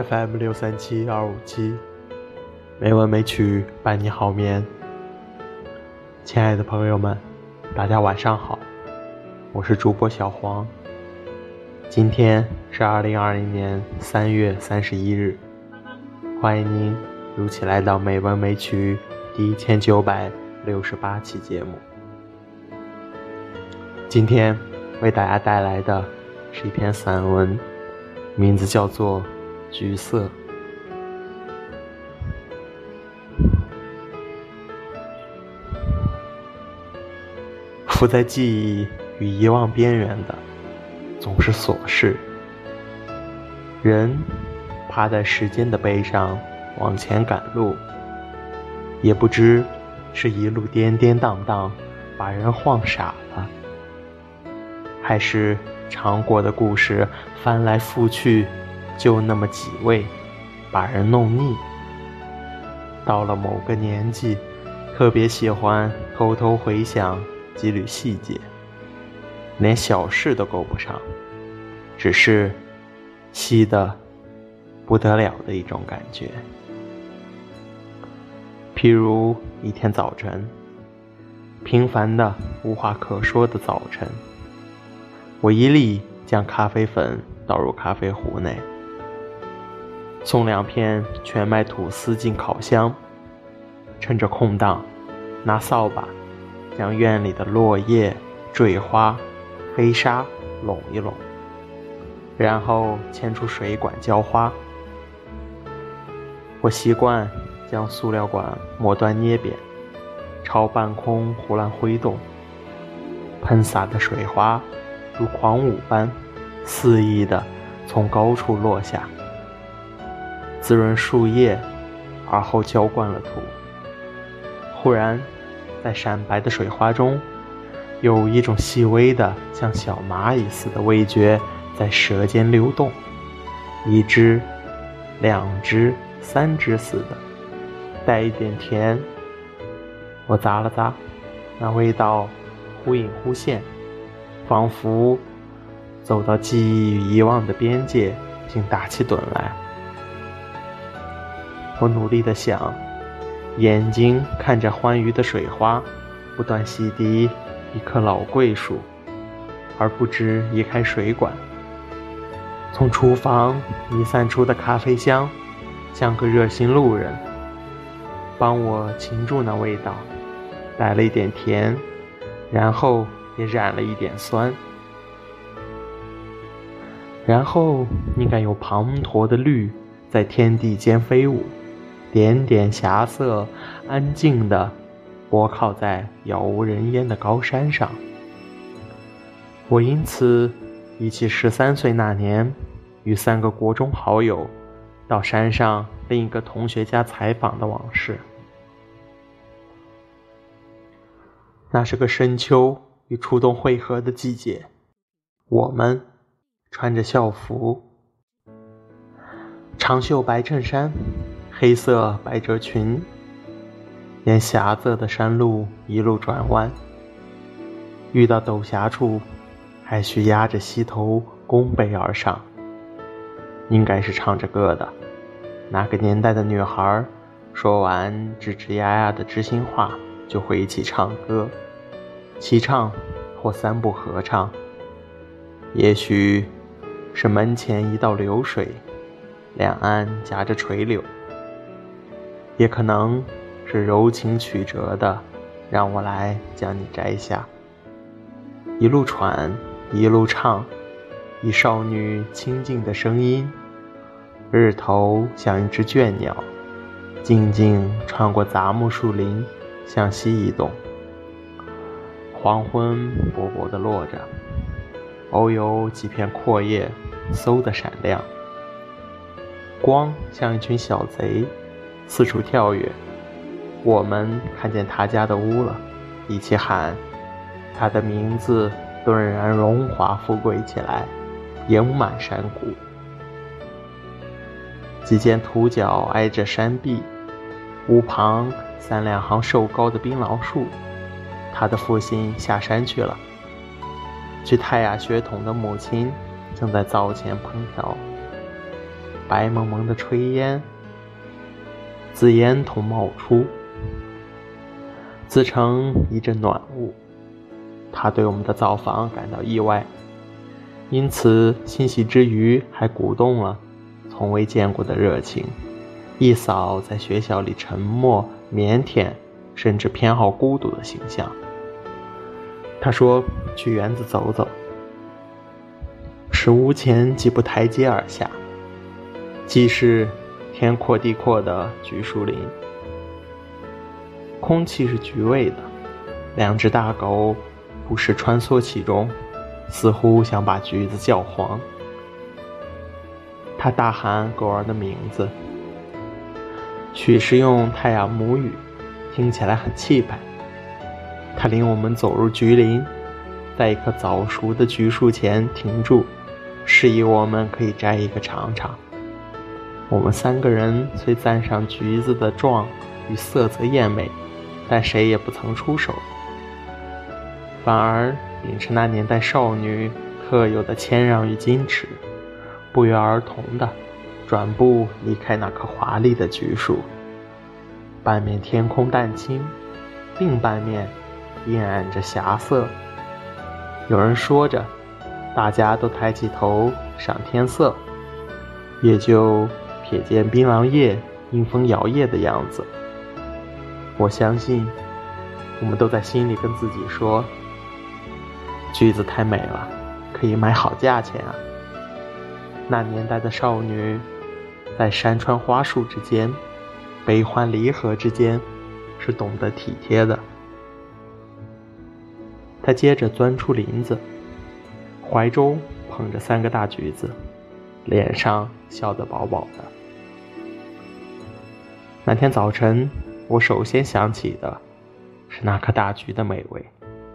FM637257，没文没曲伴你好眠。亲爱的朋友们，大家晚上好，我是主播小黄。今天是2020年3月31日，欢迎您如期来到没文没曲第1968期节目。今天为大家带来的是一篇散文，名字叫做《橘色》。浮在记忆与遗忘边缘的总是琐事，人趴在时间的背上往前赶路，也不知是一路颠颠荡荡把人晃傻了，还是尝过的故事翻来覆去就那么几味，把人弄腻。到了某个年纪，特别喜欢偷偷回想几缕细节，连小事都够不上，只是细的不得了的一种感觉。譬如一天早晨，平凡的无话可说的早晨，我一力将咖啡粉倒入咖啡壶内，送2片全麦吐司进烤箱，趁着空档拿扫把将院里的落叶、坠花、飞沙拢一拢，然后牵出水管浇花。我习惯将塑料管末端捏扁，朝半空胡乱挥动，喷洒的水花如狂舞般肆意地从高处落下，滋润树叶，而后浇灌了土。忽然在闪白的水花中，有一种细微的像小蚂蚁似的味觉在舌尖流动，1只、2只、3只似的，带一点甜。我咂了咂，那味道忽隐忽现，仿佛走到记忆与遗忘的边界，竟打起盹来。我努力地想，眼睛看着欢愉的水花不断洗涤一棵老桂树，而不知移开水管。从厨房弥散出的咖啡香像个热心路人，帮我擒住那味道，带了一点甜，然后也染了一点酸。然后应该有滂沱的绿在天地间飞舞，点点霞色安静地泊靠在杳无人烟的高山上。我因此忆起13岁那年与3个国中好友到山上另一个同学家采访的往事。那是个深秋与初冬汇合的季节，我们穿着校服，长袖白衬衫，黑色百褶裙，沿狭仄的山路一路转弯，遇到陡峡处还需压着膝头弓背而上。应该是唱着歌的，那个年代的女孩说完吱吱呀呀的知心话就会一起唱歌，齐唱或3部合唱。也许是门前一道流水，两岸夹着垂柳，也可能是柔情曲折的让我来将你摘下。一路喘，一路唱，以少女清静的声音，日头像一只倦鸟，静静穿过杂木树林向西移动。黄昏薄薄地落着，偶有几片阔叶嗖地闪亮，光像一群小贼四处跳跃。我们看见他家的屋了，一起喊他的名字，顿然荣华富贵起来，盈满山谷。几间土角挨着山壁，屋旁3两行瘦高的槟榔树。他的父亲下山去了，去泰雅血统的母亲正在灶前烹调。 白蒙蒙的炊烟，自烟筒冒出，自成一阵暖雾。他对我们的造访感到意外，因此欣喜之余还鼓动了从未见过的热情，一扫在学校里沉默、腼腆，甚至偏好孤独的形象。他说去园子走走，是屋前几步台阶而下，既是天阔地阔的橘树林，空气是橘味的，两只大狗不时穿梭其中，似乎想把橘子叫黄。他大喊狗儿的名字，许是用泰雅母语，听起来很气派。他领我们走入橘林，在一棵早熟的橘树前停住，示意我们可以摘一个尝尝。我们3个人虽赞赏橘子的壮与色泽艳美，但谁也不曾出手，反而秉持那年代少女特有的谦让与矜持，不约而同地转步离开那棵华丽的橘树。半面天空淡青，另半面阴暗着霞色。有人说着，大家都抬起头赏天色，也就瞥见槟榔叶迎风摇曳的样子。我相信我们都在心里跟自己说，橘子太美了，可以买好价钱啊。那年代的少女在山川花树之间，悲欢离合之间，是懂得体贴的。她接着钻出林子，怀中捧着3个大橘子，脸上笑得饱饱的。那天早晨，我首先想起的是那颗大橘的美味，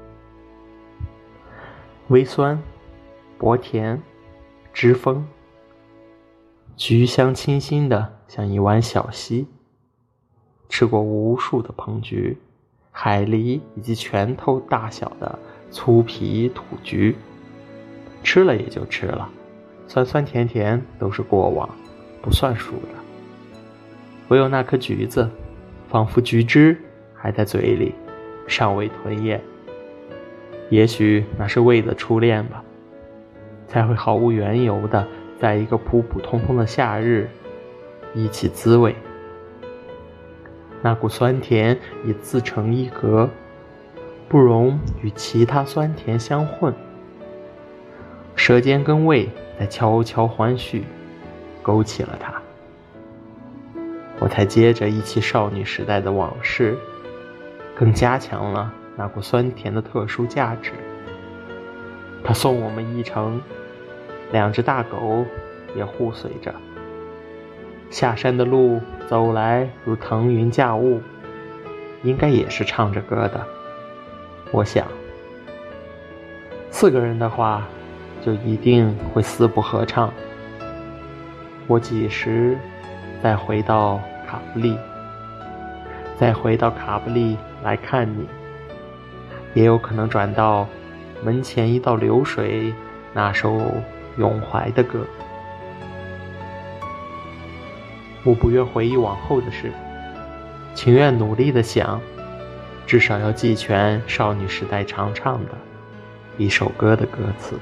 微酸、薄甜、汁丰，橘香清新的像一湾小溪。吃过无数的蓬橘、海梨以及拳头大小的粗皮土橘，吃了也就吃了，酸酸甜甜都是过往，不算数的。唯有那颗橘子，仿佛橘汁还在嘴里，尚未吞咽。也许那是味的初恋吧，才会毫无缘由的在一个普普通通的夏日一起滋味。那股酸甜已自成一格，不容与其他酸甜相混。舌尖跟胃在悄悄欢续，勾起了它。我才接着忆起少女时代的往事，更加强了那股酸甜的特殊价值。他送我们一程，2只大狗也护随着。下山的路走来如腾云驾雾，应该也是唱着歌的。我想，4个人的话就一定会4不合唱。我几时再回到卡布利，来看你，也有可能转到门前一道流水那首咏怀的歌。我不愿回忆往后的事，情愿努力地想，至少要记全少女时代常唱的一首歌的歌词。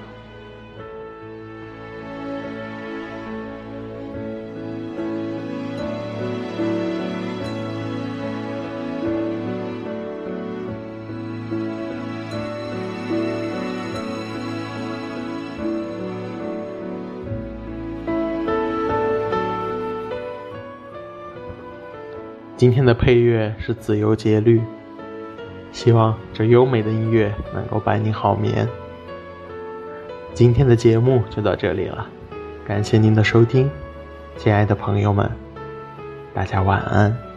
今天的配乐是自由节律，希望这优美的音乐能够伴您好眠。今天的节目就到这里了，感谢您的收听，亲爱的朋友们，大家晚安。